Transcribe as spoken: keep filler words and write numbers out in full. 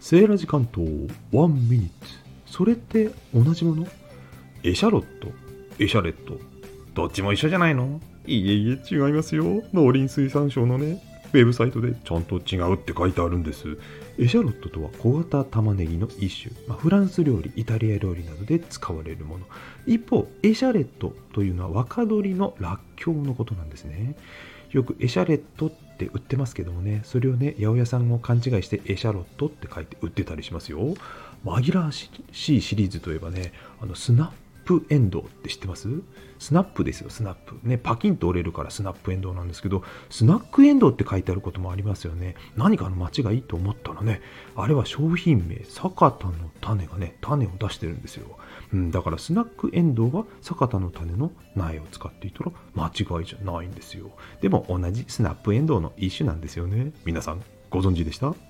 セーラジ関東ワンミニッツ。それって同じもの？エシャロット、エシャレット、どっちも一緒じゃないの？いえいえ、違いますよ。農林水産省のね、ウェブサイトでちゃんと違うって書いてあるんです。エシャロットとは小型玉ねぎの一種、まあ、フランス料理、イタリア料理などで使われるもの。一方、エシャレットというのは若鶏のらっきょうのことなんですね。よくエシャレットって売ってますけどもね、それをね、八百屋さんも勘違いしてエシャロットって書いて売ってたりしますよ。紛らわしいシリーズといえばね、あのスナップエンドウって知ってます？スナップですよ、スナップ。ね、パキンと折れるからスナップエンドウなんですけど、スナックエンドウって書いてあることもありますよね。何かの間違いと思ったらね、あれは商品名、坂田の種がね、種を出してるんですよ。うん、だからスナックエンドウは坂田の種の苗を使っていたら間違いじゃないんですよ。でも同じスナップエンドウの一種なんですよね。皆さんご存知でした？